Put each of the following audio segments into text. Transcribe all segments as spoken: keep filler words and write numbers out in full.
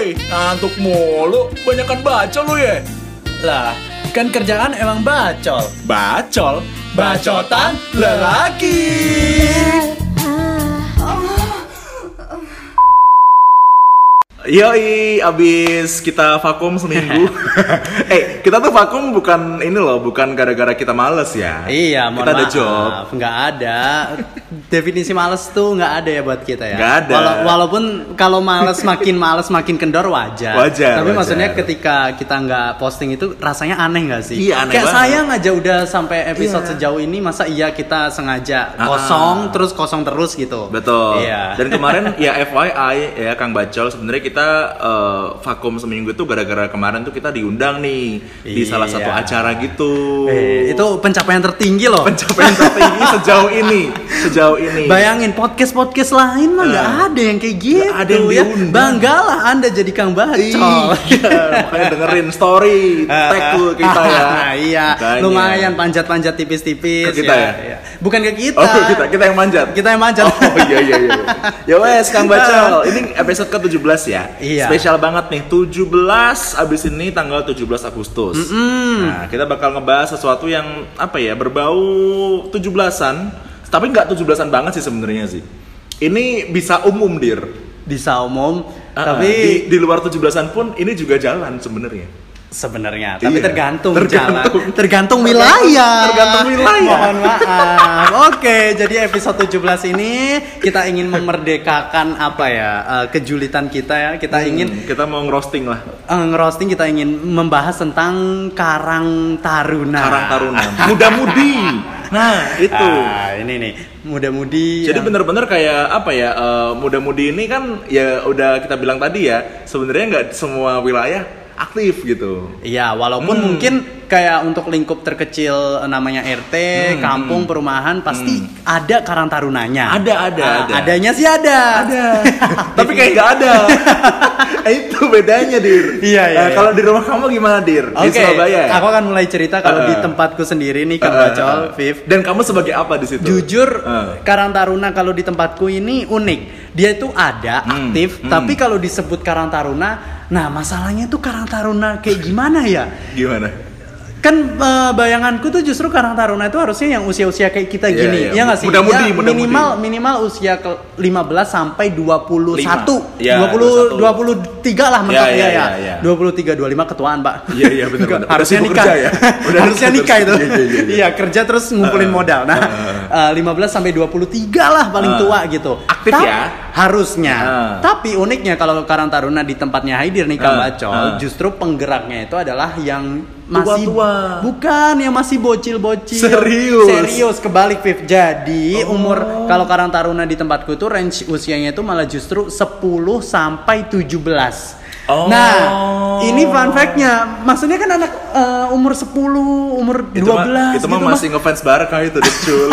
Woi, ngantuk mulu. Banyakan baca lu ya. Lah, kan kerjaan emang bacol. Bacol? Bacotan lelaki. Yoi, abis kita vakum seminggu. Eh, kita tuh vakum bukan ini loh, bukan gara-gara kita males ya. Iya, mohon kita ada maaf. job. Nggak ada. Definisi males tuh nggak ada ya buat kita ya. Nggak ada. Wala- walaupun kalau males makin males makin kendor wajar. Wajar, Tapi wajar. maksudnya ketika kita nggak posting itu rasanya aneh nggak sih? Iya, aneh Kayak banget. sayang aja udah sampai episode Iya. sejauh ini, masa iya kita sengaja Ah. kosong terus kosong terus gitu. Betul. Iya. Dan kemarin ya F Y I ya Kang Bacol, sebenarnya kita uh, vakum seminggu itu gara-gara kemarin tuh kita diundang nih di Iya. salah satu acara gitu. Eh, itu pencapaian tertinggi loh. Pencapaian tertinggi sejauh ini, sejauh ini. Bayangin podcast-podcast lain mah nggak Uh, ada yang kayak gitu nggak ada yang ya. diundang. Banggalah Anda jadi Kang Bacol. Iya, makanya dengerin story tag tuh kita ya. Iya, Makanya. lumayan panjat-panjat tipis-tipis Ke kita ya? Iya. Bukan ke kita. Oh, kita kita yang manjat. Kita yang manjat. Oh iya iya iya. Ya wes Kang Bacol, ini episode ke tujuh belas ya. Iya. Spesial banget nih, tujuh belas abis ini tanggal tujuh belas Agustus. Mm-mm. Nah, kita bakal ngebahas sesuatu yang apa ya, berbau tujuh belasan, tapi nggak tujuh belasan banget sih sebenarnya sih. Ini bisa umum, Dir. Bisa umum, Ah, tapi di, di luar tujuh belasan pun ini juga jalan sebenarnya. sebenarnya, tapi Iya. tergantung, Tergantung. jalan, tergantung wilayah. Tergantung wilayah. Mohon maaf. Oke, jadi episode tujuh belas ini kita ingin memerdekakan apa ya, eh, kejulitan kita ya. Kita Hmm, ingin kita mau ngerosting lah. eh, ngerosting, kita ingin membahas tentang Karang Taruna. Karang Taruna. Muda-mudi. Nah, itu. Ah, ini nih, muda-mudi. Jadi yang- bener-bener kayak apa ya, uh, muda-mudi ini kan ya udah kita bilang tadi ya, sebenarnya nggak semua wilayah aktif gitu. Iya, walaupun Hmm. mungkin kayak untuk lingkup terkecil eh, namanya R T, Hmm, kampung, perumahan pasti ada Karang Tarunanya. Ada, ada, Ah, ada. Adanya sih ada. Ada. Tapi kayak nggak ada. Itu bedanya, Dir. Iya, iya, Nah, iya. kalau di rumah kamu gimana, Dir? Di Oke, Surabaya ya? aku akan mulai cerita kalau Uh-uh. di tempatku sendiri nih, Kang Uh, uh, Bacol, uh. Viv. Dan kamu sebagai apa di situ? Jujur, Uh. Karang Taruna kalau di tempatku ini unik. Dia itu ada, Hmm, aktif, hmm. tapi kalau disebut Karang Taruna, nah masalahnya tuh Karang Taruna kayak gimana ya? Gimana? Kan eh, bayanganku tuh justru Karang Taruna itu harusnya yang usia-usia kayak kita Iya, gini, iya. ya nggak sih? Muda-mudi, Ya, muda-mudi. minimal minimal usia ke lima belas sampai dua puluh satu. Lima. Iya, dua puluh dua puluh satu. dua puluh tiga lah mentok Iya, ya iya, ya. iya, iya. dua puluh tiga dua puluh lima ketuaan, Pak. Iya, iya, benar, benar. Udah Harusnya sibuk nikah kerja ya? Udah Harusnya nikah nikah itu. terus. Iya, iya, iya. Iya, kerja terus ngumpulin modal. Nah, eh, lima belas sampai dua puluh tiga lah paling Uh. tua gitu. Aktif Ta- ya? Harusnya. Uh. Tapi uniknya kalau Karang Taruna di tempatnya Haidir nih Kang Uh, Bacol, uh. justru penggeraknya itu adalah yang masih Tua-tua. bukan yang masih bocil-bocil. Serius? Serius, kebalik Viv. Jadi Oh. umur kalau Karang Taruna di tempatku itu range usianya itu malah justru sepuluh sampai tujuh belas. Oh. Nah, ini fun fact-nya. Maksudnya kan anak eh, umur sepuluh, umur Itu dua mah, belas itu mah gitu masih ngefans Barca itu, Decul.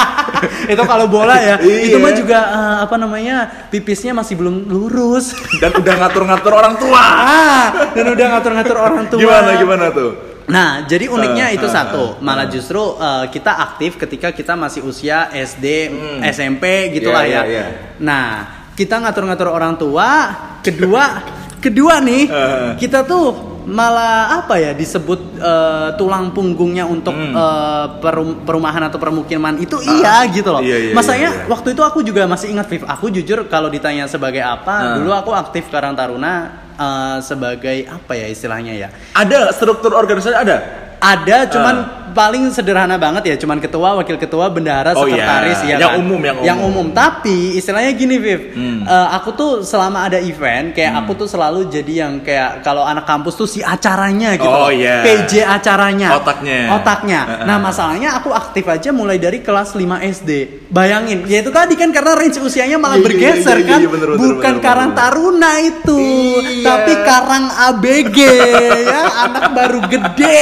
itu kalau bola ya. Iya. Itu mah juga eh, apa namanya? Pipisnya masih belum lurus. Dan udah ngatur-ngatur orang tua. ah, dan udah ngatur-ngatur orang tua. Gimana gimana tuh? Nah, jadi uniknya Uh, itu uh, satu, uh, malah uh. justru uh, kita aktif ketika kita masih usia S D, Hmm. S M P gitulah Iya, ya. iya, iya. Nah, kita ngatur-ngatur orang tua. Kedua, kedua nih, Uh. kita tuh malah apa ya disebut uh, tulang punggungnya untuk Hmm. uh, perum- perumahan atau permukiman itu iya gitu loh. Iya, iya, Masanya iya, iya. waktu itu aku juga masih ingat Viv. Aku jujur kalau ditanya sebagai apa, Uh. dulu aku aktif Karang Taruna uh, sebagai apa ya istilahnya ya. Ada struktur organisasi ada? Ada, cuman Ah. paling sederhana banget ya, cuman ketua, wakil ketua, bendahara, Oh, sekretaris iya. ya Yang kan? umum, yang Yang umum. umum. Tapi istilahnya gini, Viv. Hmm. Eh, aku tuh selama ada event, kayak aku tuh selalu jadi yang kayak kalau anak kampus tuh si acaranya gitu. Oh, loh. iya. P J acaranya. Otaknya. Otaknya. Uh-uh. Nah, masalahnya aku aktif aja mulai dari kelas lima S D. Bayangin, ya itu tadi kan karena range usianya malah Iya, iya, bergeser iya, iya, kan. iya, bener, bener, Bukan bener, Karang bener. Taruna itu, Iya. tapi Karang A B G ya, anak baru gede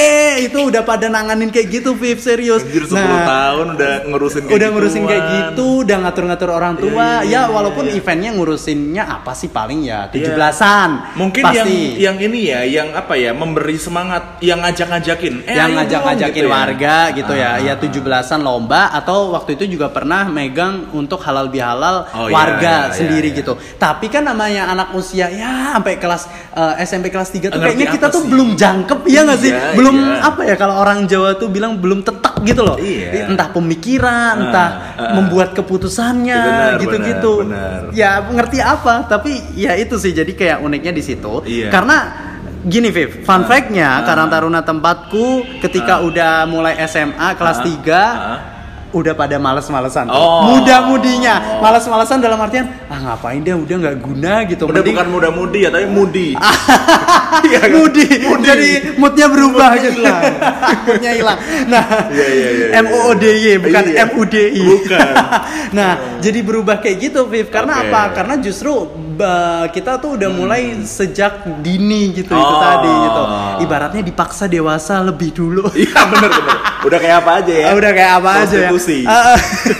itu udah pada nanganin kayak gitu, Viv, serius. Anjir, sepuluh tahun udah ngurusin kayak udah ngurusin gituan. kayak gitu, udah ngatur-ngatur orang tua. Iya, iya, ya iya, walaupun iya. eventnya ngurusinnya apa sih paling ya tujuh Iya. belasan. Mungkin pasti. yang yang ini ya, yang apa ya, memberi semangat, yang ngajak-ngajakin. Eh, yang ayo ngajak-ngajakin dong, gitu warga ya. gitu Ah, ya. Ya ah, tujuh belasan lomba, atau waktu itu juga pernah megang untuk halal bihalal Oh, iya, warga iya, sendiri iya, iya. gitu. Tapi kan namanya anak usia ya sampai kelas eh, S M P kelas tiga tuh Ngerti kayaknya kita apa tuh sih? belum jangkep ya nggak sih? Iya, Belum iya. apa ya, kalau orang Jawa tuh bilang belum tetek gitu loh. Iya. Entah pemikiran, Ah, entah ah. membuat keputusannya Benar, gitu-gitu. benar, benar. Ya ngerti apa, tapi ya itu sih jadi kayak uniknya di situ. Iya. Karena gini Viv, fun Ah, fact-nya ah. Karang Taruna tempatku ketika Ah. udah mulai S M A kelas Ah, tiga ah. udah pada males-malesan tuh. Oh. Muda-mudinya, males-malesan dalam artian ah ngapain dia, udah nggak guna gitu. Udah Mending- bukan muda-mudi ya, tapi mudi. Iya kan? Mudi. Mudi. Jadi moodnya berubah Moodnya gitu. hilang. Moodnya hilang. Nah, Iya, iya, iya, M O O D Y bukan Iya. M U D I. Bukan. Nah, jadi berubah kayak gitu, Viv. Karena Oke. apa? Karena justru ba- kita tuh udah mulai sejak dini gitu itu Oh. tadi gitu. Ibaratnya dipaksa dewasa lebih dulu. Iya, bener-bener. Udah kayak apa aja ya? Ah, udah kayak apa aja ya. Prostitusi. Ah, ah.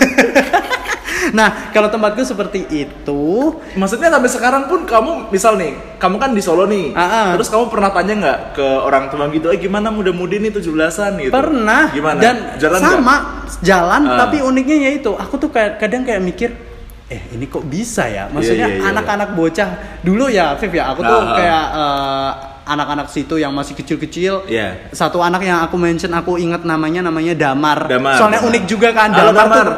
Nah, kalau tempatku seperti itu, Maksudnya sampai sekarang pun kamu, misal nih, kamu kan di Solo nih, Ah, ah. terus kamu pernah tanya nggak ke orang tua gitu, eh gimana muda-mudi nih tujuh belasan gitu? pernah. Gimana? Dan Jalan sama nggak? jalan, Ah. tapi uniknya yaitu aku tuh kayak kadang kayak mikir, eh ini kok bisa ya? Maksudnya Iya, iya, iya, anak-anak bocah dulu ya, Viv ya, aku tuh Ah, ah. kayak eh, anak-anak situ yang masih kecil-kecil. Iya. Satu anak yang aku mention, aku ingat namanya namanya Damar. Damar, Soalnya Damar. unik juga kan. Halo, Damar, Damar. tuh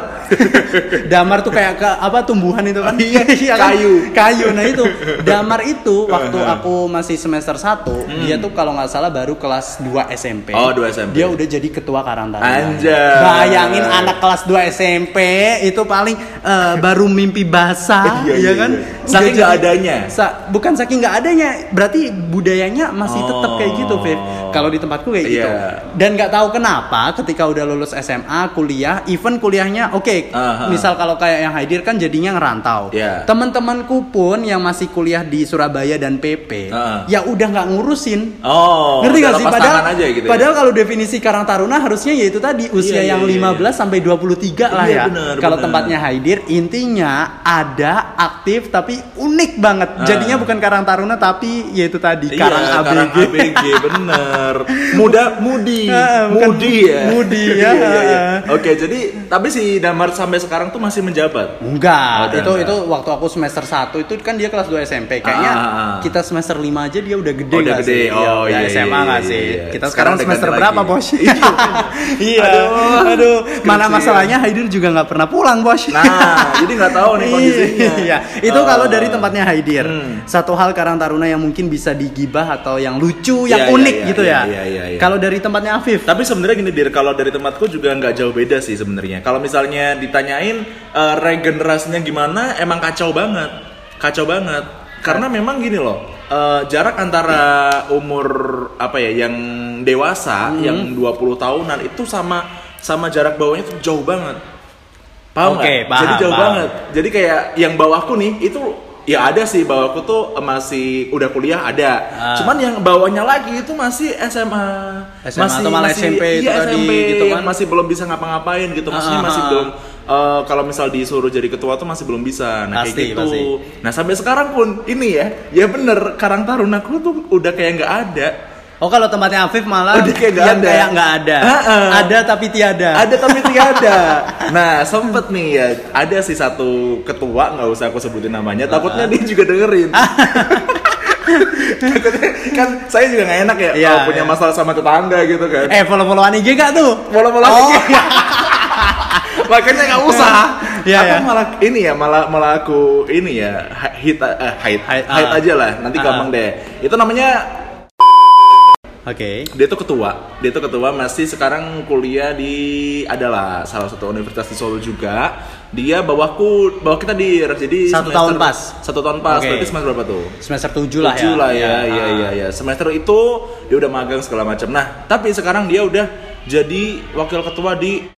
Damar tuh kayak ke apa tumbuhan itu kan? Iya, kan? kayu. Kayu. Nah itu Damar itu waktu Uh-huh. aku masih semester satu, dia tuh kalau nggak salah baru kelas dua S M P. Oh, dua S M P. Dia udah jadi ketua Karang Taruna. Anjay. Bayangin anak kelas dua S M P itu paling eh, baru mimpi basah, Iya, ya iya, kan? iya. Udah Saking nggak jadi- adanya. Sa- bukan saking nggak adanya, berarti budayanya masih tetap kayak gitu, Viv. Oh. Kalau di tempatku kayak gitu. Iya. Dan nggak tahu kenapa ketika udah lulus S M A, kuliah, even kuliahnya oke. Aha. Misal kalau kayak yang Haidir kan jadinya ngerantau. Iya. Teman-temanku pun yang masih kuliah di Surabaya dan P P, Aha. ya udah nggak ngurusin. Oh, Ngerti udah gak sih? lepas Padahal, tangan aja gitu ya? padahal kalau definisi Karang Taruna harusnya yaitu tadi usia Iya, yang iya, iya, lima belas sampai dua puluh tiga lah ya. Iya, bener, Kalau bener. tempatnya Haidir intinya ada aktif tapi unik banget. Ah. Jadinya bukan Karang Taruna tapi yaitu tadi Iya, Karang A B G. Karang A B G, bener. Muda, mudi, Ah, bukan mudi ya. mudi, ya. Iya, iya, iya. Oke, jadi tapi si Damar sampai sekarang tuh masih menjabat. Enggak, Oh, udah itu enggak. itu waktu aku semester satu itu kan dia kelas dua S M P. Kayaknya Ah, ah, ah. kita semester lima aja dia udah gede Oh, udah nggak gede. sih? Oh, udah iya, S M A iya, nggak iya, sih? iya. Kita Sekarang sekarang udah semester ganti berapa, lagi. Bos? Iya. Iya. Aduh, Aduh, mana kasihan. masalahnya Haidir juga nggak pernah pulang, Bos. Nah, jadi nggak tahu nih kondisinya. Iya, itu Oh. kalau dari tempatnya Haidir. Hmm. Satu hal Karang Taruna yang mungkin bisa digibah atau yang lucu, yang Iya, unik iya, gitu iya, ya. iya, iya, iya. Kalau dari tempatnya Afif, Tapi sebenarnya gini Dir, kalau dari tempatku juga nggak jauh beda sih sebenarnya. Kalau misalnya ditanyain eh, regenerasinya gimana, emang kacau banget, kacau banget. Karena memang gini loh, eh, jarak antara umur apa ya, yang dewasa, Hmm. yang dua puluh tahunan itu sama sama jarak bawahnya tuh jauh banget. Paham Oke, nggak? paham, Jadi jauh paham. banget. Jadi kayak yang bawahku nih itu ya ada sih, bawahku tuh masih udah kuliah ada. Ah. Cuman yang bawahnya lagi itu masih S M A. S M A atau malah S M P itu iya, tadi, S M P gitu kan. yang masih belum bisa ngapa-ngapain gitu. Maksudnya Ah, masih ah, belum eh, kalau misal disuruh jadi ketua tuh masih belum bisa. Nah, Pasti, kayak gitu. pasti. Nah, sampai sekarang pun ini ya, ya bener Karang Tarunaku tuh udah kayak nggak ada. oh kalau tempatnya Afif malah Udah kayak nggak yang ada. kayak nggak ada, Ah, ah. ada tapi tiada. Ada tapi tiada. Nah, sempet nih ya, ada sih satu ketua, nggak usah aku sebutin namanya, takutnya dia juga dengerin. Takutnya kan saya juga nggak enak ya, Iya, kalau punya iya. masalah sama tetangga gitu kan. Eh follow-followan I G gak tuh? Bola-bola Oh. Makanya nggak usah. Iya, Aku iya. malah ini ya, malah malah aku ini ya, hi- hit eh, hide Hide, hide ah. aja lah. Nanti Ah. gampang deh. Itu namanya, Oke. dia tuh ketua. Dia tuh ketua, masih sekarang kuliah di adalah salah satu universitas di Solo juga. Dia bawahku, bawah kita di jadi Satu semester- tahun pas. Satu tahun pas. Oke. Berarti semester berapa tuh? Semester tujuh lah Tujuh ya. lah ya, Iya. iya iya iya. Semester itu dia udah magang segala macam. Nah, tapi sekarang dia udah jadi wakil ketua di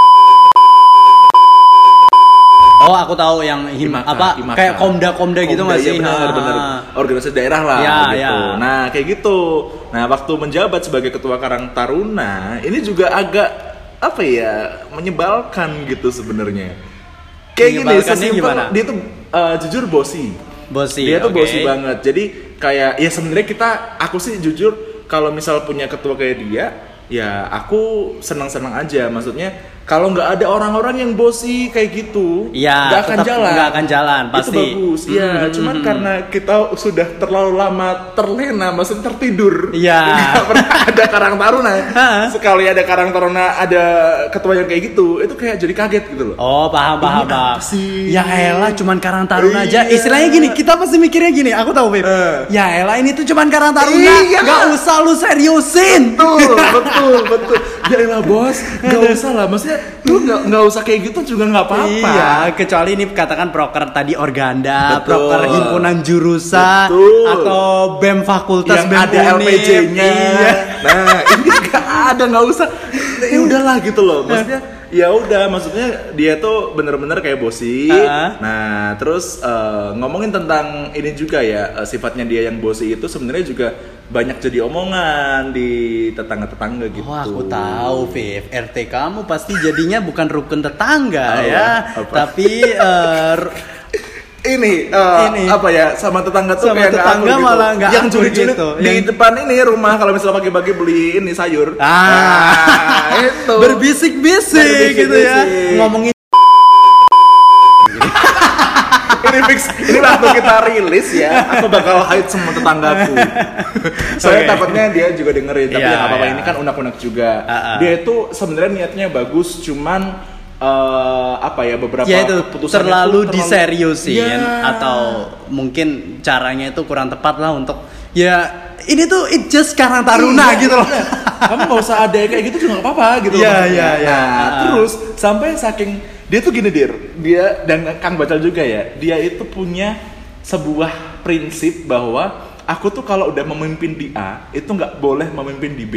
Oh aku tahu yang him, Imaka, apa Imaka. kayak komda-komda gitu Komda, nggak sih? iya benar, Ah. benar. Organisasi daerah lah Ya, gitu. ya. Nah, kayak gitu. Nah, waktu menjabat sebagai ketua Karang Taruna, ini juga agak apa ya, menyebalkan gitu sebenarnya. Kayak gini, sesimpel dia tuh uh, jujur bosi. Bosi. Dia tuh okay. bosi banget. Jadi kayak ya sebenarnya kita, aku sih jujur kalau misal punya ketua kayak dia, ya aku senang-senang aja. Maksudnya kalau nggak ada orang-orang yang bosi kayak gitu, ya, nggak akan jalan. Nggak akan jalan, pasti. Itu bagus. Iya, hmm, cuman hmm, karena kita sudah terlalu lama terlena, maksudnya tertidur. Iya. Nggak pernah ada Karang Taruna. Sekali ada Karang Taruna, ada ketua yang kayak gitu, itu kayak jadi kaget gitu loh. Oh, paham, paham, paham. Ya elah, cuman Karang Taruna iya. aja. Istilahnya gini, kita pasti mikirnya gini. Aku tahu, Beb. Uh. Ya elah, ini tuh cuman Karang Taruna. Iya. Nggak usah lu seriusin. Betul, betul, betul. Ya elah bos, nggak usah lah. Maksudnya lu nggak nggak usah kayak gitu juga nggak apa-apa. Iya, kecuali ini katakan proker tadi Organda, betul. Proker himpunan jurusan, betul. Atau B E M fakultas yang B E M ada L P J-nya. Iya. Nah, ini nggak ada, nggak usah. Ya udahlah gitu loh. Maksudnya ya udah, maksudnya dia tuh bener-bener kayak bosi. Uh-huh. Nah, terus uh, ngomongin tentang ini juga ya, uh, sifatnya dia yang bosi itu sebenarnya juga banyak jadi omongan di tetangga-tetangga gitu. Oh, aku tahu, Viv. R T kamu pasti jadinya bukan rukun tetangga. Oh, ya, apa? Tapi uh, ini, uh, ini apa ya, sama tetangga tuh sama kayak tetangga gitu. malah nggak yang curi-curi gitu. Di yang... depan ini rumah kalau misalnya pagi-pagi beli ini sayur. Ah, nah, itu berbisik-bisik gitu ya, ngomongin. Ini fix, ini waktu kita rilis ya, aku bakal hide semua tetanggaku. Saya okay. takutnya dia juga dengerin, tapi yeah, ya apa-apa, yeah. Ini kan unek-unek juga. Uh-uh. Dia itu sebenarnya niatnya bagus, cuman uh, apa ya, beberapa ya itu keputusan terlalu, terlalu ya. diseriusin, atau mungkin caranya itu kurang tepat lah untuk ya ini tuh it just Karang Taruna iya, gitu loh. Iya. Kamu nggak usah ada kayak gitu juga nggak apa-apa gitu loh. Iya iya iya. Nah, uh. terus sampai saking dia tuh gini dir, dia dan Kang Bacal juga ya, dia itu punya sebuah prinsip bahwa aku tuh kalau udah memimpin di A itu nggak boleh memimpin di B.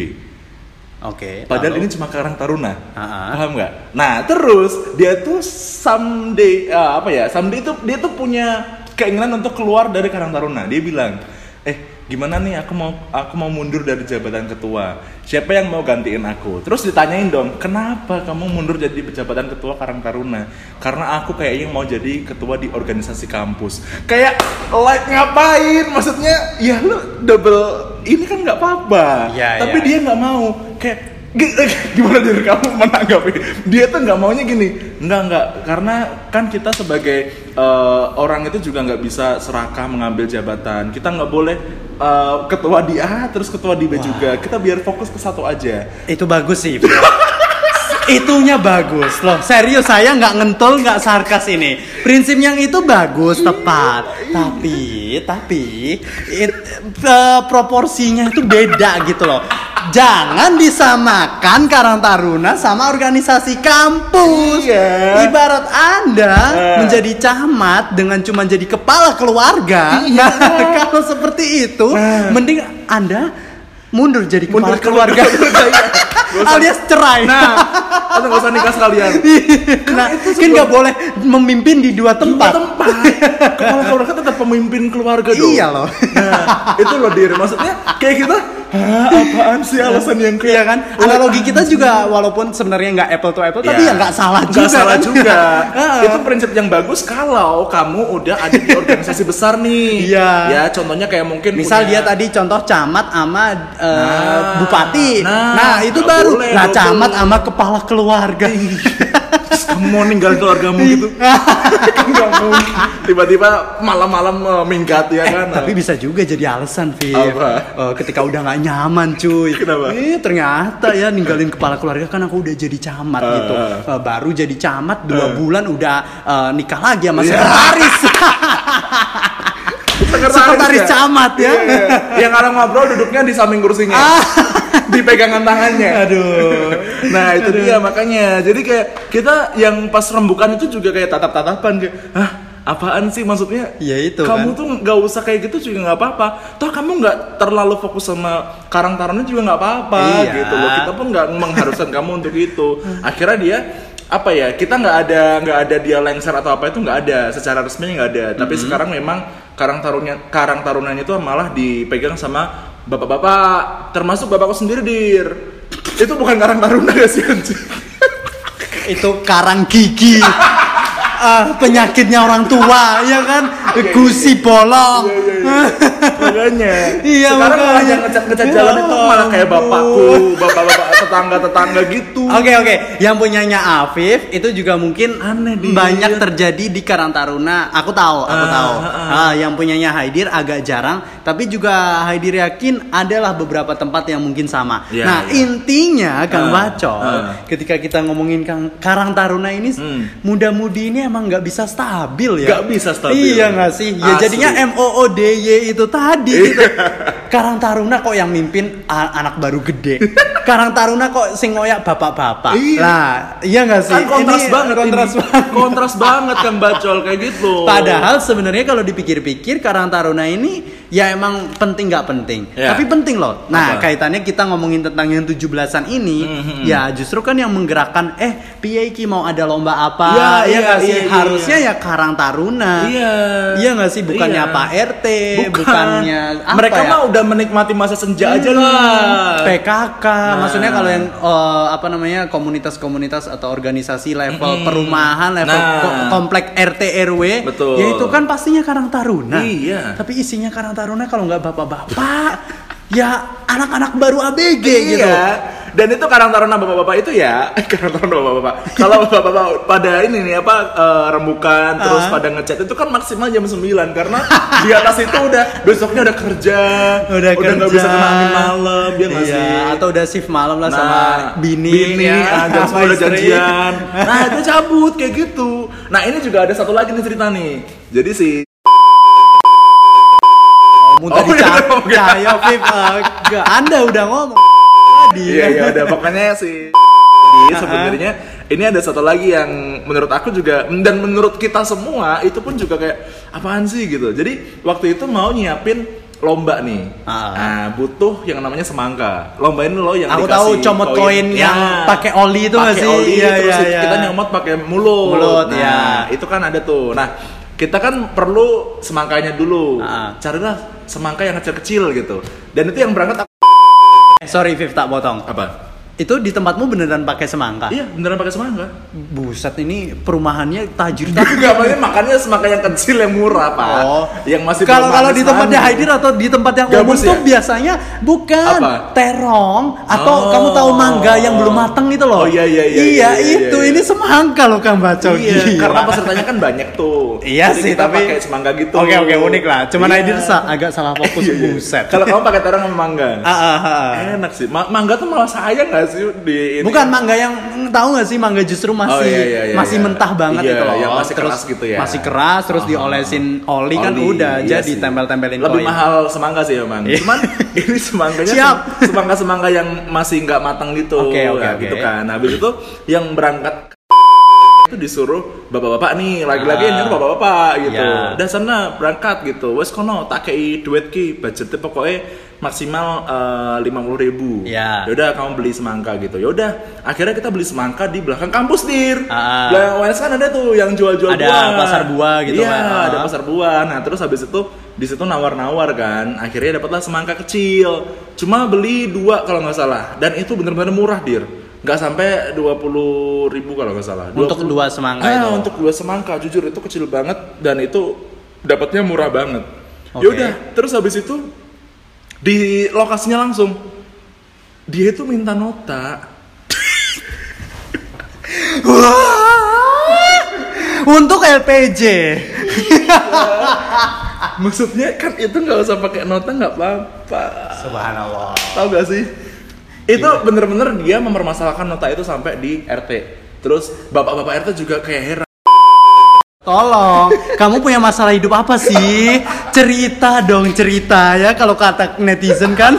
Oke. Okay, padahal lalu? Ini cuma Karang Taruna, uh-huh. paham nggak? Nah terus dia tuh someday uh, apa ya, someday itu dia tuh punya keinginan untuk keluar dari Karang Taruna. Dia bilang, eh gimana nih, aku mau aku mau mundur dari jabatan ketua. Siapa yang mau gantiin aku? Terus ditanyain dong, kenapa kamu mundur jadi jabatan ketua Karang Taruna? Karena aku kayaknya mau jadi ketua di organisasi kampus. Kayak like ngapain? Maksudnya ya lu double ini kan nggak apa-apa. Ya, tapi ya. Dia nggak mau. Kayak gimana dari kamu menanggapi? Dia tuh nggak maunya gini, nggak nggak karena kan kita sebagai uh, orang itu juga nggak bisa serakah mengambil jabatan. Kita nggak boleh uh, ketua di A terus ketua di B. Wah. Juga. Kita biar fokus ke satu aja. Itu bagus sih. Itunya bagus loh, serius, saya nggak ngentol, nggak sarkas ini. Prinsip yang itu bagus, tepat. Tapi, tapi it, uh, proporsinya itu beda gitu loh. Jangan disamakan Karang Taruna sama organisasi kampus. Iya. Ibarat Anda uh. menjadi camat dengan cuma jadi kepala keluarga. Iya. Nah, kalau seperti itu, uh. mending Anda mundur jadi kepala mundur keluarga. Alias cerai. Nah, atau nggak usah nikah sekalian. Nah, kan nggak boleh memimpin di dua tempat. Dua tempat. Kepala keluarga tetap pemimpin keluarga dong. Iya loh. Nah, itu loh dir. Maksudnya kayak kita, hah, apaan sih alasan yang kayak? Iya kan? Analogi kita juga walaupun sebenarnya nggak apple to apple, ya, tapi ya nggak salah juga. Nggak salah kan? Juga. Itu prinsip yang bagus kalau kamu udah ada di organisasi besar nih. Iya. Ya, contohnya kayak mungkin misal punya... dia tadi contoh camat sama uh, nah, bupati. Nah, nah itu baru. Nah, camat sama kepala keluarga. Terus kamu mau ninggalin keluargamu gitu? Kan nggak mungkin. Tiba-tiba malam-malam uh, minggat ya kan? Eh, tapi bisa juga jadi alasan, Fir. Uh, ketika udah nggak nyaman, cuy. Kenapa? Eh, ternyata ya ninggalin kepala keluarga kan aku udah jadi camat uh, gitu. Uh, baru jadi camat dua uh. bulan udah uh, nikah lagi sama sekretaris. Sekretaris, sekretaris ya? Camat ya. Iya, iya. Yang kalau ngobrol duduknya di samping kursinya. Di pegangan tangannya. Aduh. Nah, itu Aduh. Dia makanya. Jadi kayak kita yang pas rembukan itu juga kayak tatap-tatapan kayak, "Hah, apaan sih maksudnya?" Ya itu kamu kan. Tuh nggak usah kayak gitu juga nggak apa-apa. Toh kamu nggak terlalu fokus sama Karang Taruna juga nggak apa-apa iya. Gitu loh. Kita pun nggak mengharuskan kamu untuk itu. Akhirnya dia apa ya, kita nggak ada nggak ada dia lengser atau apa itu nggak ada, secara resmi nggak ada. Tapi mm-hmm. sekarang memang Karang Taruna Karang Tarunanya itu malah dipegang sama bapak-bapak, termasuk bapakku sendiri, Dir. Itu bukan Karang Taruna ya sih anjing. Itu karang gigi. Uh, penyakitnya orang tua, ya kan? Gusi bolong. Iya, iya, iya. Makanya. Iya, sekarang makanya. malah yang ngecat-ngecat jalan itu malah kayak bapakku, bapak-bapak tetangga-tetangga gitu. Oke okay, oke, okay. Yang punyanya Afif itu juga mungkin aneh dia. Banyak terjadi di Karang Taruna. Aku tahu, aku ah, tahu. Ah, ah. Ah, yang punyanya Haidir agak jarang, tapi juga Haidir yakin adalah beberapa tempat yang mungkin sama. Ya, nah ya. intinya Kang ah, Bacol, ah. ketika kita ngomongin Kang Karang Taruna ini, hmm. muda-mudi ini emang nggak bisa stabil ya. Nggak bisa stabil. Iya nggak sih. Ya Asli. jadinya M O O D Y itu tadi. Gitu. Karang Taruna kok yang mimpin a- anak baru gede. Karang Taruna kok sing ngoyak bapak-bapak. Iya. Lah, iya nggak sih? Kan kontras ini banget kontras ini. banget. Kontras banget Kang Bacol kayak gitu. Padahal sebenarnya kalau dipikir-pikir Karang Taruna ini ya emang penting nggak penting. Ya. Tapi penting loh. Nah, apa? kaitannya kita ngomongin tentang yang tujuh belasan ini, mm-hmm. ya justru kan yang menggerakkan eh piye iki mau ada lomba apa? Ya, ya iya, nggak sih? iya, iya, Harusnya iya. ya Karang Taruna. Iya. Iya nggak sih? Bukannya iya. Pak R T, Bukan. bukannya apa mereka ya? mah udah menikmati masa senja aja Hmm, lah. P K K, Nah. maksudnya kalau yang uh, apa namanya komunitas-komunitas atau organisasi level Mm-mm. perumahan, level Nah. ko- komplek R T R W, Betul. ya itu kan pastinya Karang Taruna. Iya. Tapi isinya Karang Taruna kalau nggak bapak-bapak, ya anak-anak baru A B G Iya. gitu. Dan itu Karang Taruna bapak-bapak itu ya, Karang Taruna bapak-bapak. Kalau bapak-bapak pada ini nih apa uh, rembukan terus Ah. pada ngecat itu kan maksimal jam sembilan karena di atas itu udah besoknya udah kerja, Udah udah nggak kerja. bisa kena angin malam, dia nggak Iya, sih? atau udah shift malam lah Nah, sama bini, bini ya, ah, jam sama sepuluh udah istri. janjian. Nah, itu cabut kayak gitu. Nah, ini juga ada satu lagi nih cerita nih. Jadi si Muntah Oh, dicari, iya, ya Viv, uh, gak, Anda udah ngomong tadi. Iya, iya, ada pokoknya si sebenarnya ini ada satu lagi yang menurut aku juga dan menurut kita semua itu pun juga kayak apaan sih gitu. Jadi waktu itu mau nyiapin lomba nih. Ah. Nah, butuh yang namanya semangka. Lomba ini loh yang Aku dikasih tahu comot koin Ya. yang pakai oli itu nggak Pakai sih? oli, Iya, terus iya, iya. kita nyomot pakai mulut. Mulut, nah, ya. itu kan ada tuh. Nah, kita kan perlu semangkanya dulu. Ah. Carilah semangka yang kecil-kecil gitu. Dan itu yang berangkat Eh, sorry Viv, tak potong. apa? Itu di tempatmu beneran pakai semangka? Iya, beneran pakai semangka. Buset, ini perumahannya tajir. Enggak, maksudnya makannya semangka yang kecil yang murah, Pak. Oh. Yang masih Kalau belum kalau di tempatnya manis-manis. Haidir atau di tempat yang Gabus umum ya? tuh biasanya bukan Apa? terong atau Oh. kamu tahu mangga yang belum mateng itu loh. Oh, iya, iya, iya, Iya, iya, iya, itu iya. ini semangka loh Kang Bacol. Iya, Gila. karena pesertanya kan banyak tuh. Iya Jadi sih, kita tapi pakai semangka gitu. Oke oke unik lah. Cuman Iya. Haidir sa- agak salah fokus. Iya, iya. Buset. Kalau kamu pakai terong sama mangga. Ah, ah, ah. Enak sih. Ma- mangga tuh malah sayang nggak sih di ini? Bukan mangga yang tahu nggak sih mangga justru masih Oh, iya, iya, iya, masih iya. mentah banget Iya, itu loh. yang masih Terus keras gitu ya. Masih keras terus Oh. diolesin oli, kan Oli, udah iya jadi sih. tempel-tempelin Lebih koin. mahal semangka sih emang. Iya. Cuman ini semangganya Siap. semangka-semangka yang masih nggak matang gitu. Oke, oke, Nah, oke. gitu kan. Habis itu yang berangkat itu disuruh bapak-bapak nih, lagi-lagi yang Ah. nyuruh bapak-bapak gitu. Ya. Udah sana berangkat gitu. Wes kono tak kei duit ki, budgetnya pokoknya maksimal lima puluh ribu. Ya. Yaudah kamu beli semangka gitu. Yaudah, akhirnya kita beli semangka di belakang kampus dir. Ah. Belakang U N S kan ada tuh yang jual-jual Ada buah. pasar buah gitu Iya, kan. Ah. ada pasar buah. Nah, terus habis itu di situ nawar-nawar kan. Akhirnya dapatlah semangka kecil. Cuma beli dua kalau nggak salah. Dan itu bener-bener murah dir. Nggak sampai dua puluh ribu kalau nggak salah. Untuk dua puluh dua semangka Ah, itu. untuk dua semangka, jujur itu kecil banget dan itu dapatnya murah banget. Oke. Yaudah, terus habis itu di lokasinya langsung dia itu minta nota. Untuk L P J. Maksudnya kan itu nggak usah pakai nota nggak apa-apa. Subhanallah. Tahu gak sih? Itu bener-bener dia mempermasalahkan nota itu sampai di R T. Terus bapak-bapak R T juga kayak heran. Tolong, kamu punya masalah hidup apa sih? Cerita dong, cerita ya kalau kata netizen kan.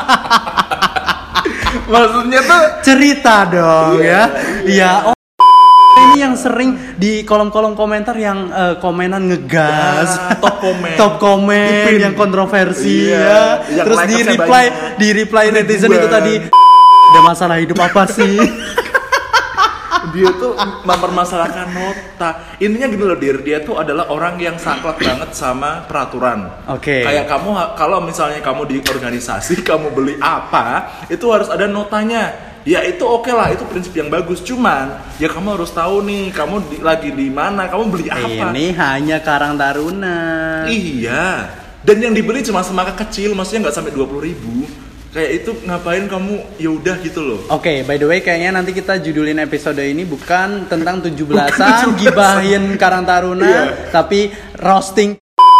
Maksudnya tuh Cerita dong Iya. ya. Iya, oh ini yang sering di kolom-kolom komentar yang eh, komenan ngegas, Ya, top komen. top komen Dipin. yang kontroversi Iya, ya. yang Terus di likersnya reply, banyak. di reply netizen itu Ribuan. tadi ada masalah hidup apa sih? Dia tuh mempermasalahkan nota. Intinya gini loh, Dir, dia tuh adalah orang yang saklek banget sama peraturan. Oke. Okay. Kayak kamu kalau misalnya kamu di organisasi, kamu beli apa, itu harus ada notanya. Ya itu oke okay lah, itu prinsip yang bagus. Cuman ya kamu harus tahu nih, kamu di, lagi di mana, kamu beli apa. Ini hanya Karang Taruna. Iya. Dan yang dibeli cuma semangka kecil, maksudnya nggak sampai dua puluh ribu. Kayak itu ngapain kamu, ya udah gitu loh. Oke, okay, by the way kayaknya nanti kita judulin episode ini bukan tentang tujuh belasan gibahin Karang Taruna, yeah. tapi roasting.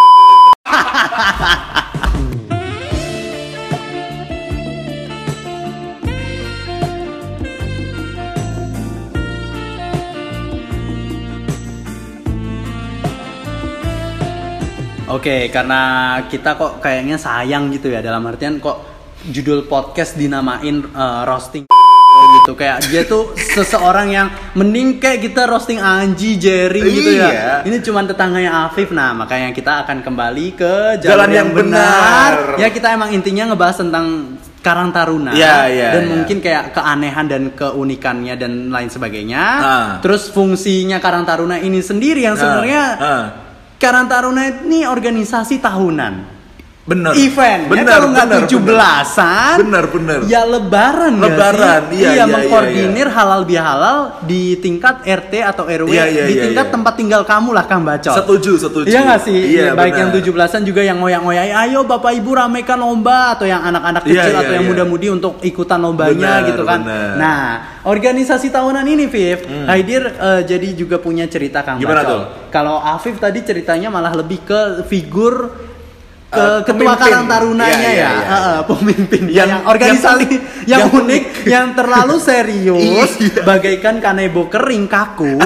Oke, okay, karena kita kok kayaknya sayang gitu ya, dalam artian kok judul podcast dinamain uh, roasting gitu, kayak dia tuh seseorang yang mending kayak kita roasting Anji, Jerry gitu ya. Iya. Ini cuma tetangganya Afif, nah makanya kita akan kembali ke jalan, jalan yang, yang benar. benar. Ya kita emang intinya ngebahas tentang Karang Taruna ya, ya, dan ya. mungkin kayak keanehan dan keunikannya dan lain sebagainya. Ah. Terus fungsinya Karang Taruna ini sendiri yang sebenarnya ah. Ah. Karang Taruna ini organisasi tahunan. Bener. Event. Bener, ya kalau nggak tujuh belasan. Bener bener. Ya lebaran. Lebaran. Sih? Iya, iya. iya Mengkoordinir iya, iya. halal bihalal di tingkat R T atau R W, iya, iya, di iya, tingkat iya. tempat tinggal kamu lah, Kang Bacot. Setuju setuju. Iya nggak sih. Iya, baik bener. yang tujuh belasan juga yang ngoyak-ngoyak. Ayo bapak ibu ramekan lomba, atau yang anak-anak kecil iya, atau iya, yang iya. muda-mudi untuk ikutan lombanya Bener, gitu kan. bener. Nah organisasi tahunan ini, Viv, hmm. Haidir uh, jadi juga punya cerita, Kang Gimana Bacot. tuh? Kalau Afif tadi ceritanya malah lebih ke figur ke Uh, ketua pemimpin. Karang Tarunanya Iya, iya, ya, iya. Uh, pemimpin Yang- yang organisasi yang, yang unik, yang terlalu serius, Iya. bagaikan kanebo kering kaku.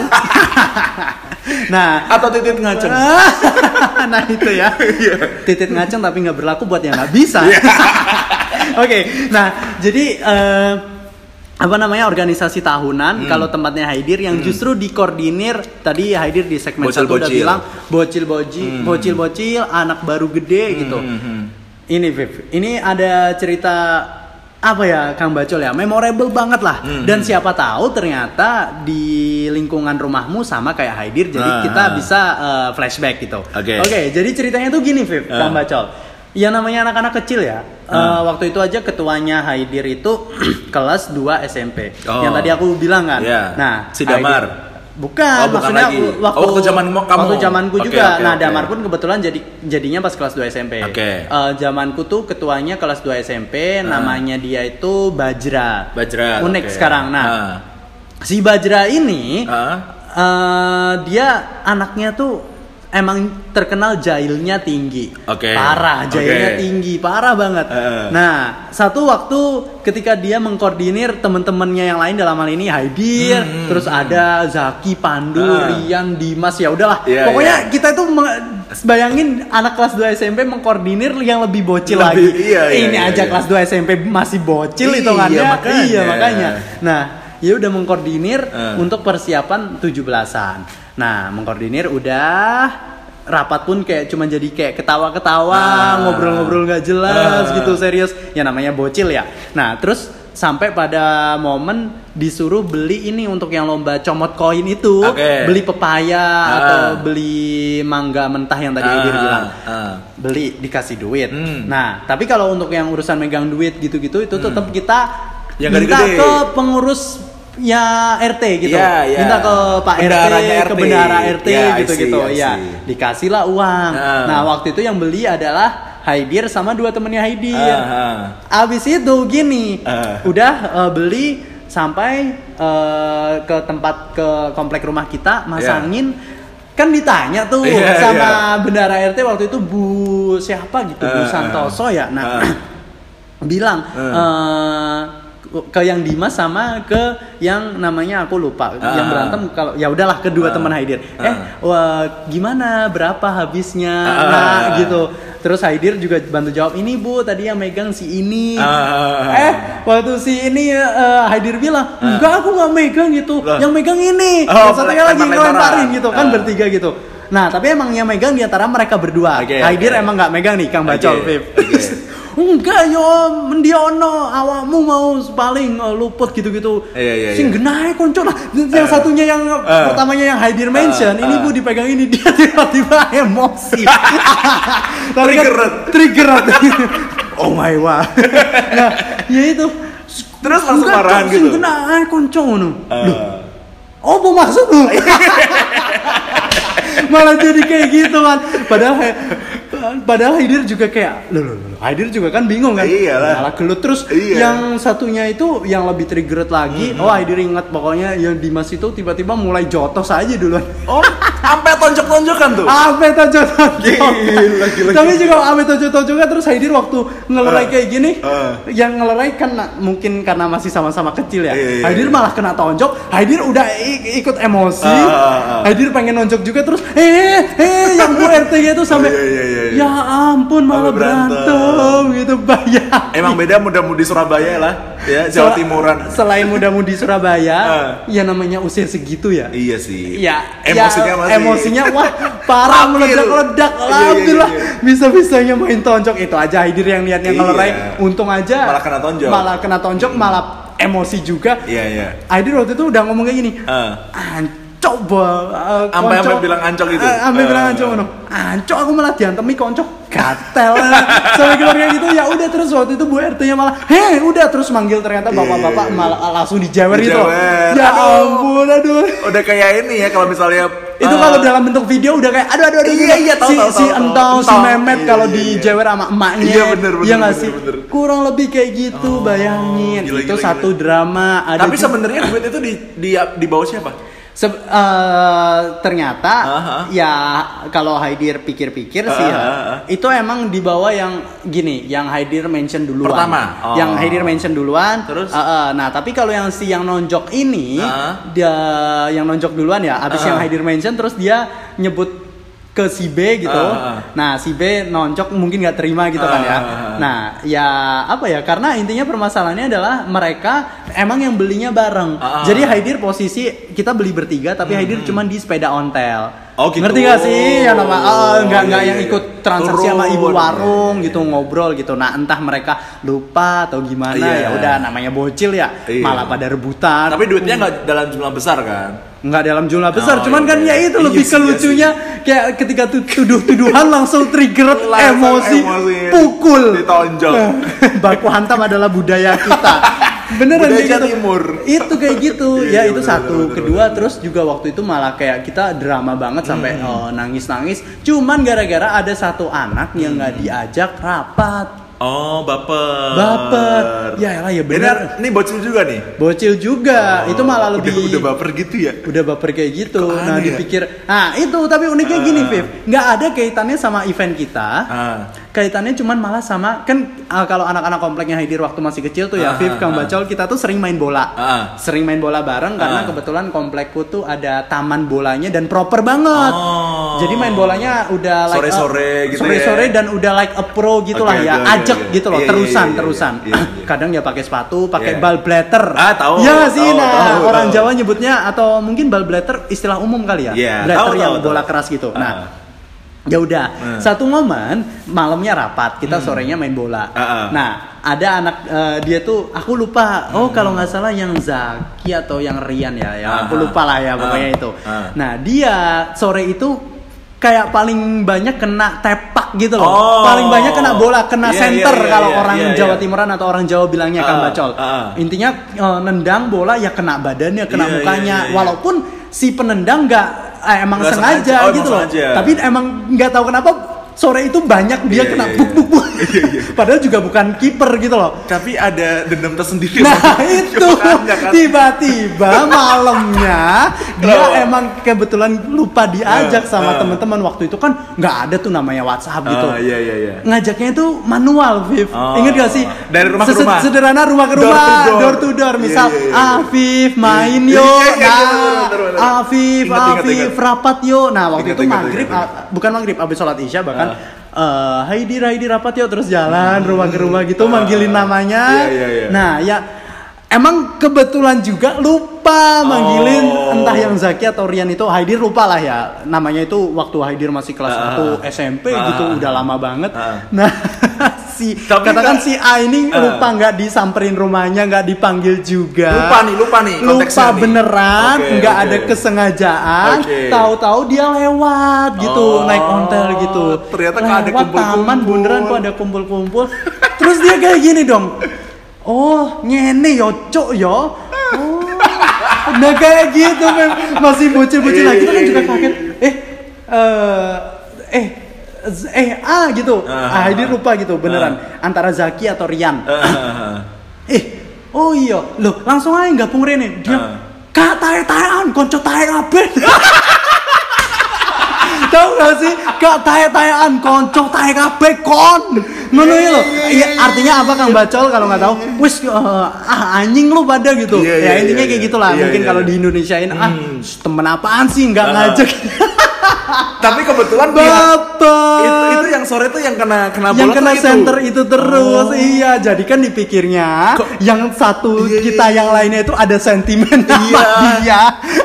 Nah, Atau titik ngaceng. nah itu ya, titik ngaceng tapi nggak berlaku buat yang nggak bisa. Oke, nah jadi uh, apa namanya organisasi tahunan, hmm. kalau tempatnya Haidir yang hmm. justru dikoordinir tadi Haidir di segmen satu udah bilang bocil-bocil, hmm. bocil-bocil anak baru gede hmm. gitu. Hmm. Ini Viv, ini ada cerita apa ya Kang Bacol ya, memorable banget lah. Hmm. Dan siapa tahu ternyata di lingkungan rumahmu sama kayak Haidir, jadi ah, kita ah. bisa uh, flashback gitu. Oke. Okay. Okay, jadi ceritanya tuh gini Viv, ah. Kang Bacol. Ya namanya anak-anak kecil ya. Hmm. Uh, waktu itu aja ketuanya Haidir itu kelas dua S M P. Oh. Yang tadi aku bilang kan. Yeah. Nah, si Damar. Haidir, bukan, oh, maksudnya bukan aku, waktu oh, waktu zaman kamu. Waktu zamanku okay, juga. Okay, nah, okay. Damar pun kebetulan jadi jadinya pas kelas dua S M P. Oke. Okay. Uh, zamanku tuh ketuanya kelas dua S M P, uh. namanya dia itu Bajra. Bajra. Unik okay. sekarang. Nah, uh. si Bajra ini uh. Uh, dia anaknya tuh emang terkenal jahilnya tinggi, okay. parah, jahilnya okay. tinggi, parah banget. Uh. Nah, satu waktu ketika dia mengkoordinir teman-temannya yang lain dalam hal ini Haidir, hmm, terus hmm. ada Zaki, Pandu, uh. Rian, Dimas, ya udahlah. Yeah, pokoknya yeah. kita itu meng- bayangin anak kelas dua S M P mengkoordinir yang lebih bocil lebih, lagi. Iya, iya, ini iya, aja iya. kelas dua S M P masih bocil itu kan ya. Makanya. Iya, makanya. Nah, ya udah mengkoordinir uh. untuk persiapan tujuh belasan. Nah, mengkoordinir udah, rapat pun kayak cuma jadi kayak ketawa-ketawa, ah. ngobrol-ngobrol nggak jelas ah. gitu, serius. Ya namanya bocil ya. Nah, terus sampai pada momen disuruh beli ini untuk yang lomba comot koin itu, okay. beli pepaya ah. atau beli mangga mentah yang tadi Edir ah. bilang. Ah. Beli dikasih duit. Hmm. Nah, tapi kalau untuk yang urusan megang duit gitu-gitu itu hmm. tetap kita yang minta gede-gede. Ke pengurus ya R T gitu, ya, ya. minta ke Pak R T, ke bendahara R T ya, gitu-gitu, ya dikasihlah uang. Uh. Nah waktu itu yang beli adalah Haidir sama dua temennya Haidir. Uh, uh. Abis itu gini, uh. udah uh, beli sampai uh, ke tempat ke komplek rumah kita masangin. Yeah. Kan ditanya tuh yeah, sama yeah. bendahara R T waktu itu Bu siapa gitu, uh, Bu Santoso ya. Nah uh. bilang. Uh. Uh, ke yang Dimas sama ke yang namanya aku lupa uh, yang berantem kalau ya udahlah kedua uh, teman Haidir uh, eh wah, gimana berapa habisnya uh, nah gitu. Terus Haidir juga bantu jawab, ini Bu tadi yang megang si ini uh, eh waktu si ini uh, Haidir bilang enggak aku nggak megang gitu uh, yang megang ini oh, yang satunya lagi ngelemparin gitu kan uh, bertiga gitu. Nah tapi emang yang megang di antara mereka berdua. Okay, Haidir okay. emang nggak megang nih Kang Bacol, okay, okay. enggak yo mendiono awakmu mau paling uh, luput gitu-gitu. Iya, iya, sing iya. genahe konco lah. Yang Uh. satunya yang Uh. pertamanya yang Haidir mention, Uh. ini Uh. Bu dipegang ini dia tiba-tiba emosi. Tapi kan Triggered. triggered. Oh my god. Nah, ya itu. Terus langsung Enggak, marahan sing gitu. genahe konco ngono. Uh. Loh, oh mau maksud lu? Malah jadi kayak gitu kan. Padahal padahal Haidir juga kayak loh loh loh. Haidir juga kan bingung kan. Iyalah. Malah gelut terus. Iya. Yang satunya itu yang lebih triggered lagi. Mm-hmm. Oh Haidir ingat pokoknya yang Dimas itu tiba-tiba mulai jotos aja duluan. Oh, sampai tonjok-tonjokan tuh. Sampai tonjok-tonjok. Gila, gila, Tapi gila. juga sampai tonjok-tonjokan terus Haidir waktu ngelerai Uh, kayak gini, uh. yang ngelerai kan na- mungkin karena masih sama-sama kecil ya. Iya, iya, Haidir iya. malah kena tonjok. Haidir udah i- ikut emosi. Uh, uh, uh. Haidir pengen nonjok juga terus eh eh yang Bu R T itu sampai Oh, iya, iya, iya, iya. ya ampun malah Sampai berantem. berantem gitu bayang. Emang beda muda-mudi Surabaya lah, ya Jawa Sel- Timuran. Selain muda-mudi Surabaya, Uh. ya namanya usia segitu ya. Iya sih. Ya, Emosinya ya, masih. emosinya wah parah Wakil. meledak-ledak. Iya, iya, Alhamdulillah iya, iya. bisa-bisanya main tonjok itu aja Haidir yang niatnya Iya. ngelerai. Untung aja Malah kena tonjok. Malah kena tonjok, malah emosi juga. Iya, iya. Haidir waktu itu udah ngomong kayak gini. Uh. Ancok ba, uh, Ampe- konco." ampe bilang ancok gitu? Eh, ampe Uh. bilang ancok ngono. Ancok aku malah diantemi konco. Gatel. Sampai keluar kayak gitu ya udah terus waktu itu Bu R T-nya malah, "Heh, udah," terus manggil ternyata bapak-bapak Iya. malah langsung dijewer gitu. Dijewer. Ya Aduh. ampun, aduh. Udah kayak ini ya kalau misalnya Itu uh, kalau dalam bentuk video udah kayak aduh aduh aduh Iya, aduh. iya, tahu, si tahu, si tahu, entong tahu. si Entong. memet Iya, kalau iya, dijewer sama emaknya. Iya, bener, bener, Iya nggak bener, sih? bener. Kurang lebih kayak gitu, bayangin. gila, Itu gila, satu gila. drama. Ada Tapi juga- sebenarnya duit itu di di di bawah siapa? Se- eh, ternyata Aha. ya kalau Haidir pikir-pikir sih ya, Aha. itu emang dibawa yang gini, yang Haidir mention duluan. Pertama? Oh. Yang Haidir mention duluan. Terus? eh, eh, nah tapi kalau yang si yang nonjok ini, Aha. dia yang nonjok duluan ya, abis Aha. yang Haidir mention terus dia nyebut ke si B gitu. Aha. Nah si B nonjok mungkin nggak terima gitu kan ya. Aha. Nah ya apa ya? Karena intinya permasalahannya adalah mereka emang yang belinya bareng. Ah. Jadi Haidir posisi kita beli bertiga tapi Haidir cuma di sepeda ontel. Oh, gitu. Ngerti gak sih? Yang nama ah, nggak Iya, nggak iya, yang iya. ikut transaksi sama Turun. ibu warung Iya, gitu iya. ngobrol gitu. Nah entah mereka lupa atau gimana Iya. ya udah namanya bocil ya Iya. malah pada rebutan. Tapi duitnya nggak dalam jumlah besar kan? Nggak dalam jumlah besar, Oh, cuman iya, kan iya. ya itu Iya lebih sih, ke iya lucunya kayak ketika tu- tuduh-tuduhan langsung trigger Langsung emosi, emosi. pukul, Ditonjok. baku hantam adalah budaya kita. Beneran Budaya kayak gitu. Timur. Itu kayak gitu. Iya, Ya iya, itu bener, satu. bener, bener, Kedua bener. terus juga waktu itu malah kayak kita drama banget sampai Hmm. oh, nangis-nangis. Cuman gara-gara ada satu anak yang nggak diajak rapat. Oh, baper. Baper. Ya elah, ya bener. Ini, ini bocil juga nih. Bocil juga. Itu malah Oh, lebih udah, udah baper gitu ya. udah baper kayak gitu. Kok Nah aneh ya? dipikir, nah itu tapi uniknya Ah. gini, Viv, nggak ada kaitannya sama event kita. Ah. Kaitannya cuman malah sama kan uh, kalau anak-anak kompleknya Haidir waktu masih kecil tuh ya, Ah, Viv, Kang ah. Bacol, kita tuh sering main bola. Ah. Sering main bola bareng karena Ah. kebetulan komplekku tuh ada taman bolanya dan proper banget. Oh. Jadi main bolanya udah like Sore-sore gitu sore-sore ya. dan udah like a pro gitulah Oke, ya, oke, oke, ajak oke. gitu loh, Iya, iya, terusan iya, iya, terusan. iya, iya. Kadang ya pakai sepatu, pakai Iya. bal blatter. Ah, tahu, Ya nggak sih, tahu, nah tahu, orang tahu. Jawa nyebutnya atau mungkin bal blatter istilah umum kali ya. Iya, Blatter tahu, yang tahu, bola tahu. keras gitu. Ah. Nah, ya udah, Hmm. satu momen malamnya rapat, kita sorenya main bola. Ah, ah. Nah, ada anak eh, dia tuh aku lupa. Oh, kalau nggak salah yang Zaki atau yang Rian ya, ya aku Ah, lupa lah ya ah. pokoknya itu. Ah. Nah, dia sore itu kayak paling banyak kena tepak gitu loh. Oh. Paling banyak kena bola, kena Iya, center iya, iya, kalau iya, orang iya, Jawa iya. Timuran atau orang Jawa bilangnya Kang Ah, Bacol. ah. Intinya eh, nendang bola ya kena badannya, kena Iya, mukanya. iya, iya, iya. Walaupun si penendang nggak eh, emang Nggak sengaja, sengaja. Oh, gitu emang loh. sengaja. Tapi emang nggak tahu kenapa sore itu banyak dia Iya, kena iya, buk iya. buk buk. Iya, iya. Padahal juga bukan kiper gitu loh. Tapi ada dendam tersendiri. Nah sama- itu Makanya kan. tiba-tiba malamnya dia Kenapa? emang kebetulan lupa diajak Ah, sama ah. teman-teman waktu itu kan nggak ada tuh namanya WhatsApp gitu. Ah, iya, iya, iya. Ngajaknya itu manual, Viv. Oh. Ingat gak sih? Dari rumah ke Sese- rumah? Sederhana rumah ke Door rumah, to door. door to door. Iya, Misal, iya, iya. Afif main Iya, yo, iya, iya, nah, bener, bener, bener. Afif, Ingat, ingat, Afif, ingat. rapat yo. Nah waktu Ingat, itu ingat, maghrib, ingat, ah, bukan maghrib, abis sholat isya bahkan. Ah. eh Haidir, Haidir rapat yo terus jalan rumah ke rumah gitu Ah. manggilin namanya. Iya, iya, iya. Nah ya emang kebetulan juga lupa manggilin Oh. entah yang Zaki atau Rian itu. Haidir lupa lah ya. Namanya itu waktu Haidir masih kelas Ah. satu S M P Ah. gitu, udah lama banget. Ah. Nah, si Tapi katakan nggak- si A ini Ah. lupa nggak disamperin rumahnya, nggak dipanggil juga. Lupa nih, lupa nih Lupa konteksnya nih. beneran, Oke, nggak oke. ada kesengajaan. Oke. Tahu-tahu dia lewat gitu, Oh, naik ontel gitu. ternyata kok ada Lewat kumpul-kumpul. taman beneran kok ada kumpul-kumpul. Terus dia kayak gini dong. Oh, ngene yo, cok yo. Oh. Nah kayak gitu, Mem. Masih bocil-bocil lagi kita kan juga kaget. Eh, eh, eh, z- eh, ah gitu. Ah, Ah, ini lupa gitu, beneran. Antara Zaki atau Rian. Ah. Eh, oh iya, loh langsung aja gabung Rene. Dia, Ah. kak tae-taean, konco tae kabeh. Tahu gak sih? Kak tae-taean, konco tae kabeh kon. Ngono ya loh. Iya, artinya apa Kang Bacol kalau nggak tahu? Wis eh, ah anjing lu pada gitu. Iya, Ya iya, intinya iya, kayak iya. gitulah. Iya, Mungkin iya, kalau iya. di Indonesiain ah Hmm. temen apaan sih nggak Ah. ngajak. Tapi kebetulan dia Baper. itu, itu yang sore tuh yang kena kena Yang bola kena tuh itu. center itu terus. Oh. Iya, jadi kan dipikirnya Kok- yang satu Iya, iya, kita yang lainnya itu ada sentimen sama Iya. dia.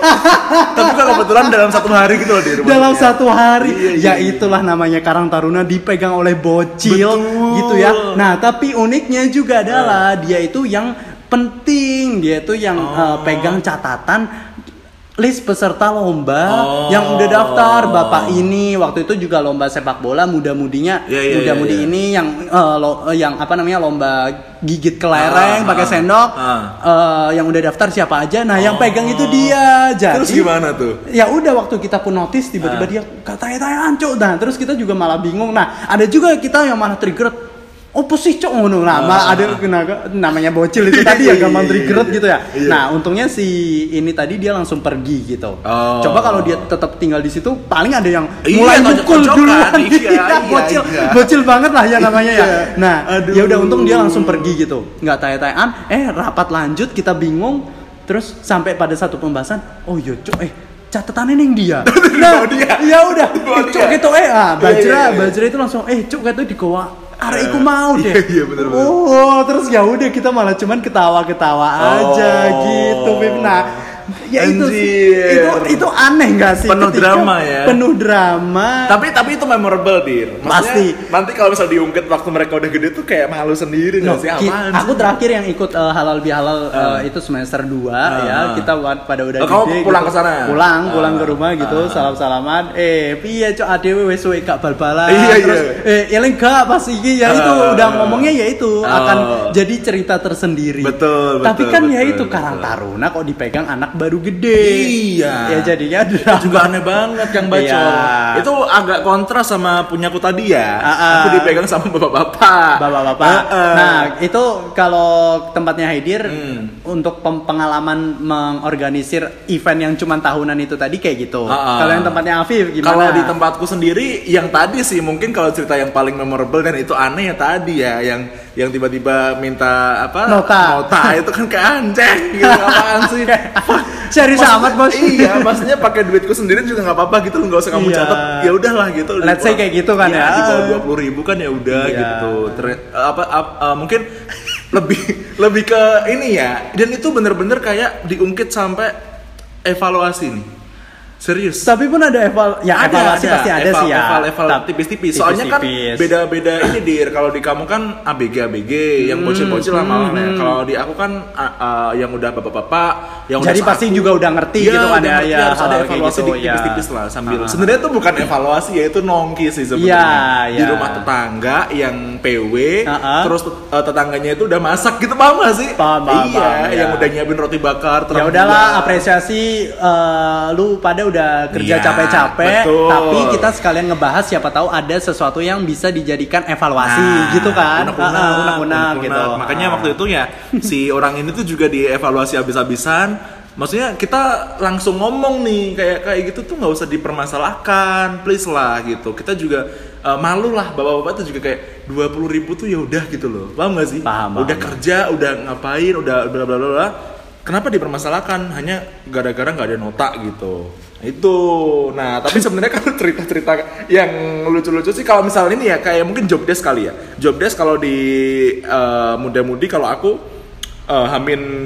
Tapi kan kebetulan dalam satu hari gitu loh di rumah. Dalam dia. satu hari. Iya, iya, Ya iya. itulah namanya Karang Taruna dipegang oleh bocil Betul. gitu ya. Nah, tapi uniknya juga adalah dia itu yang penting, dia itu yang Oh. eh, pegang catatan list peserta lomba Oh. yang udah daftar. Bapak ini waktu itu juga lomba sepak bola muda-mudinya, Iya, iya, muda-mudi iya, iya. ini yang eh, lo- eh, yang apa namanya lomba gigit kelereng Ah, pakai ah, sendok. ah. Eh, yang udah daftar siapa aja. Nah, yang Oh. pegang itu dia. Jadi Terus gimana tuh? ya udah waktu kita pun notice tiba-tiba Ah. dia katanya cok. Nah terus kita juga malah bingung. Nah ada juga kita yang malah trigger. Apa sih cok ngono? Nah malah ada kena- namanya bocil itu tadi ya gampang trigger gitu ya. Iya. Nah untungnya si ini tadi dia langsung pergi gitu. Oh. Coba kalau dia tetap tinggal di situ paling ada yang Iya, mulai tonjok- mukul tonjokan. duluan. Iya, iya, bocil, iya. bocil banget lah ya namanya ya. Iya. Nah Aduh. ya udah untung dia langsung pergi gitu. Nggak tanya-tanyaan. Eh rapat lanjut kita bingung. Terus sampai pada satu pembahasan. Oh iya cok eh catatannya nih dia. Nah, Dibawa dia. ya udah. Dibawa Eh, cuk dia. gitu eh ah, Iya, Bajra, iya, iya. Bajra itu langsung eh cuk gitu digowa. Arek iku mau deh. Iya, iya, bener, bener. Oh, terus ya udah kita malah cuman ketawa-ketawa aja Oh. gitu, Bim. Nah, ya itu sih, Anjir. itu itu aneh nggak sih? Penuh ketika- drama ya. Penuh drama. Tapi tapi itu memorable, Dir. Maksudnya, Pasti. nanti kalau misal diungkit waktu mereka udah gede tuh kayak malu sendiri No, nggak sih? ki- Apaan aku sih? terakhir yang ikut eh, halal bihalal Ah. eh, itu semester dua Ah, ya. ah. Kita wa- pada udah Oh, kamu gede pulang gitu. ke sana? Pulang, pulang Ah, ke rumah gitu, ah. salam-salaman. Eh, piye cok adewe wis suwe gak bal-balan. Iya, Terus iya. eh eling gak pas iki ya itu Ah. udah ngomongnya ya itu Oh. akan jadi cerita tersendiri. Betul, Tapi betul, kan ya betul, itu Karang betul. Taruna kok dipegang anak baru gede. Iya. Ya jadinya Itu drama. juga aneh banget yang bacol. Iya. Itu agak kontras sama punyaku tadi ya. Ah, ah. Aku dipegang sama bapak-bapak. Bapak-bapak. Ah, ah. Nah, itu kalau tempatnya Haidir Hmm. untuk pem- pengalaman mengorganisir event yang cuma tahunan itu tadi kayak gitu. Ah, ah. Kalau yang tempatnya Afif gimana? Kalau di tempatku sendiri yang tadi sih mungkin kalau cerita yang paling memorable dan itu aneh ya tadi ya yang yang tiba-tiba minta apa Nota. nota itu kan kayak anjing gitu apaan sih. Serius Maksudnya- amat, Bos. Iya, maksudnya pakai duitku sendiri juga nggak apa-apa gitu loh, nggak usah kamu Iya. catat. Ya udahlah gitu. Let's say kayak gitu kan ya. Di bawah dua puluh ribu kan ya udah Iya. gitu. Ter- apa, ap- uh, mungkin lebih lebih ke ini ya. Dan itu bener-bener kayak diungkit sampai evaluasi nih. Serius. Tapi pun ada eval ya evaluasi pasti ada eval, sih ya. Eval, eval, Tapi- tipis-tipis. Soalnya kan tipis-tipis. beda-beda ini dir. Kalau di kamu kan A B G A B G, yang Hmm, bocil-bocil lah hmm, malah. ya. hmm. Kalau di aku kan a- a- yang udah bapak-bapak, yang Jadi udah pasti seaku. juga udah ngerti Iya, gitu kan udah ya, ngerti, ya, harus ada hal kayak evaluasi gitu, di- ya. tipis-tipis lah sambil. Ah. Sebenarnya itu bukan evaluasi ya, itu nongki sih sebenarnya. Iya, Di iya. rumah tetangga yang P W, Ah, ah. terus eh, tetangganya itu udah masak gitu, paham gak sih? Paham, paham, Iya, paham, yang iya. udah nyiapin roti bakar. Ya terang udahlah, bulan. apresiasi eh, lu pada udah kerja Iya, capek-capek, betul. tapi kita sekalian ngebahas siapa tahu ada sesuatu yang bisa dijadikan evaluasi Nah, gitu kan. unek-unek, Ah, ah, unek-unek unek-unek. gitu. Makanya Ah. waktu itu ya si orang ini tuh juga dievaluasi habis-habisan. Maksudnya kita langsung ngomong nih kayak kayak gitu tuh nggak usah dipermasalahkan, please lah gitu. Kita juga uh, malu lah bapak-bapak tuh juga kayak dua puluh ribu tuh ya udah gitu loh. Paham gak sih? Paham, Udah paham. kerja, udah ngapain, udah bla bla bla bla. Kenapa dipermasalahkan? Hanya gara-gara nggak ada nota gitu. Itu. Nah, tapi sebenarnya kan cerita-cerita yang lucu-lucu sih kalau misalnya ini ya kayak mungkin job desk kali ya. Job desk kalau di uh, muda-mudi kalau aku uh, hamin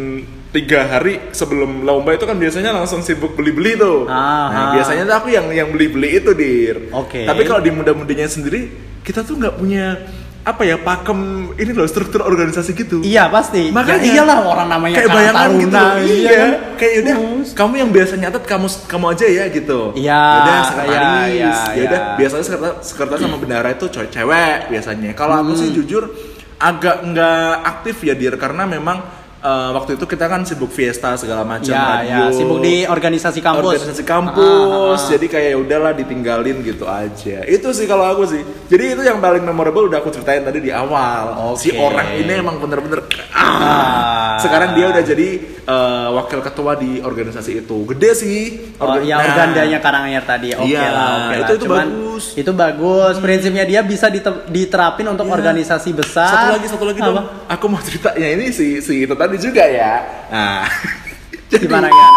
tiga hari sebelum lomba itu kan biasanya langsung sibuk beli-beli tuh. Ah, Nah, ah. biasanya tuh aku yang yang beli-beli itu, Dir. Oke. Tapi kalau di muda-mudinya sendiri, kita tuh nggak punya apa ya, pakem ini loh, struktur organisasi gitu. Iya pasti. Makanya Ya iyalah, orang namanya kayak Karang bayangan Taruna, gitu loh. Iya, kan? kayak udah Terus. kamu yang biasa nyatet kamu kamu aja ya gitu. Iya, Udah sekretaris. iya, iya, Ya udah iya. biasanya sekretaris, sekretaris sama bendahara itu cewek cewek biasanya. Kalau aku Hmm. sih jujur agak nggak aktif ya, Dir, karena memang eh, waktu itu kita kan sibuk fiesta segala macam, Ya, radio. ya, sibuk di organisasi kampus. Organisasi kampus. Ah, ah, ah. Jadi kayak udahlah ditinggalin gitu aja. Itu sih kalau aku sih. Jadi itu yang paling memorable udah aku ceritain tadi di awal. Si Oke. orang ini emang bener-bener ah. Ah. Sekarang dia udah jadi eh, wakil ketua di organisasi itu. Gede sih. Oh, Organ- yang Nah, organdanya Karanganyar tadi. Oke Iya, lah, oke lah. itu- itu Cuman bagus. itu bagus. Prinsipnya dia bisa dite- diterapin untuk Iya. organisasi besar. Satu lagi, satu lagi dong. Apa? Aku mau ceritanya ini si si itu tadi juga ya. Nah, jadi, Gimana gimana?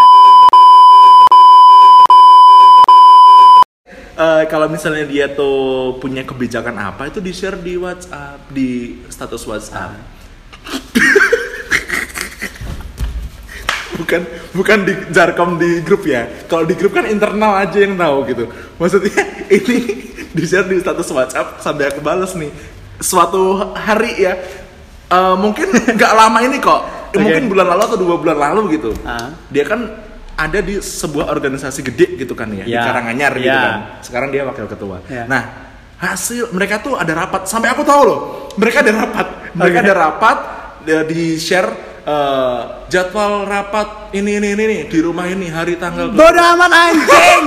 eh, kalau misalnya dia tuh punya kebijakan apa itu di share di WhatsApp, di status WhatsApp. bukan bukan di jarkom di grup ya. Kalau di grup kan internal aja yang tahu gitu. Maksudnya ini di share di status WhatsApp sampai aku bales nih. Suatu hari ya, eh, mungkin nggak lama ini kok. Oke. Mungkin bulan lalu atau dua bulan lalu gitu. Ah. Dia kan ada di sebuah organisasi gede gitu kan ya, di Ya. Karanganyar gitu Ya. kan. Sekarang dia wakil ketua. Ya. Nah, hasil mereka tuh ada rapat, sampai aku tahu loh, mereka ada rapat, mereka Oke. ada rapat dia di share eh, jadwal rapat ini ini ini nih di rumah ini hari tanggal Bodoh amat anjing.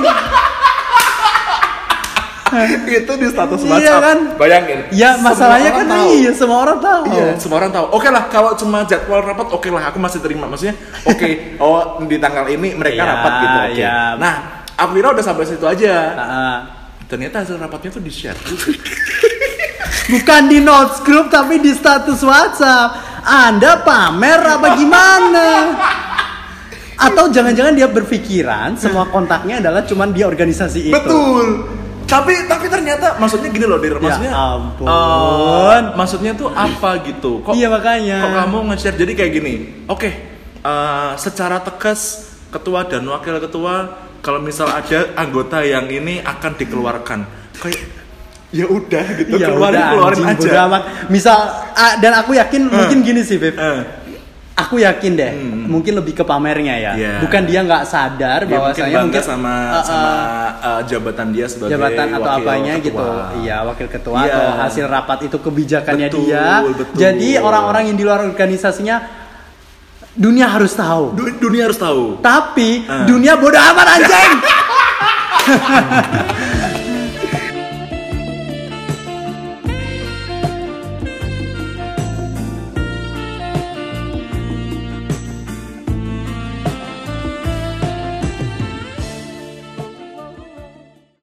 itu di status Iya WhatsApp. kan? Bayangin. Ya Semua masalahnya orang kan tahu. iya, semua orang tahu. Iya, semua orang tahu. Oke lah, kalau cuma jadwal rapat, oke lah, aku masih terima. Maksudnya, oke, oh di tanggal ini mereka Iya, rapat gitu, oke. iya. Nah, aku kira udah sampai situ aja. Ah, ah. Ternyata hasil rapatnya tuh di share. Bukan di notes group tapi di status WhatsApp. Anda pamer apa gimana? Atau jangan-jangan dia berpikiran semua kontaknya adalah cuman di organisasi itu. Betul. Tapi tapi ternyata maksudnya gini loh, Dir. Maksudnya, ampun. eh, maksudnya tuh apa gitu? Kok, Iya, makanya. Kok kamu nge-share jadi kayak gini? Oke, eh, secara tegas ketua dan wakil ketua kalau misal ada anggota yang ini akan dikeluarkan. Kayak ya udah gitu, Ya keluarin udah, keluarin anjing, aja. bodo amat. Misal ah, dan aku yakin mungkin gini sih, Beb. Eh, Aku yakin deh, Hmm. mungkin lebih ke pamernya ya. Iya. Bukan dia nggak sadar dia bahwa mungkin saya bangga mungkin sama uh, uh, sama eh, jabatan dia sebagai jabatan atau wakil apanya ketua. gitu. Iya, wakil ketua Iya. atau hasil rapat itu kebijakannya Betul, dia. betul. Jadi orang-orang yang di luar organisasinya dunia harus tahu. Du- dunia harus tahu. Tapi Eh. dunia bodoh amat anjing.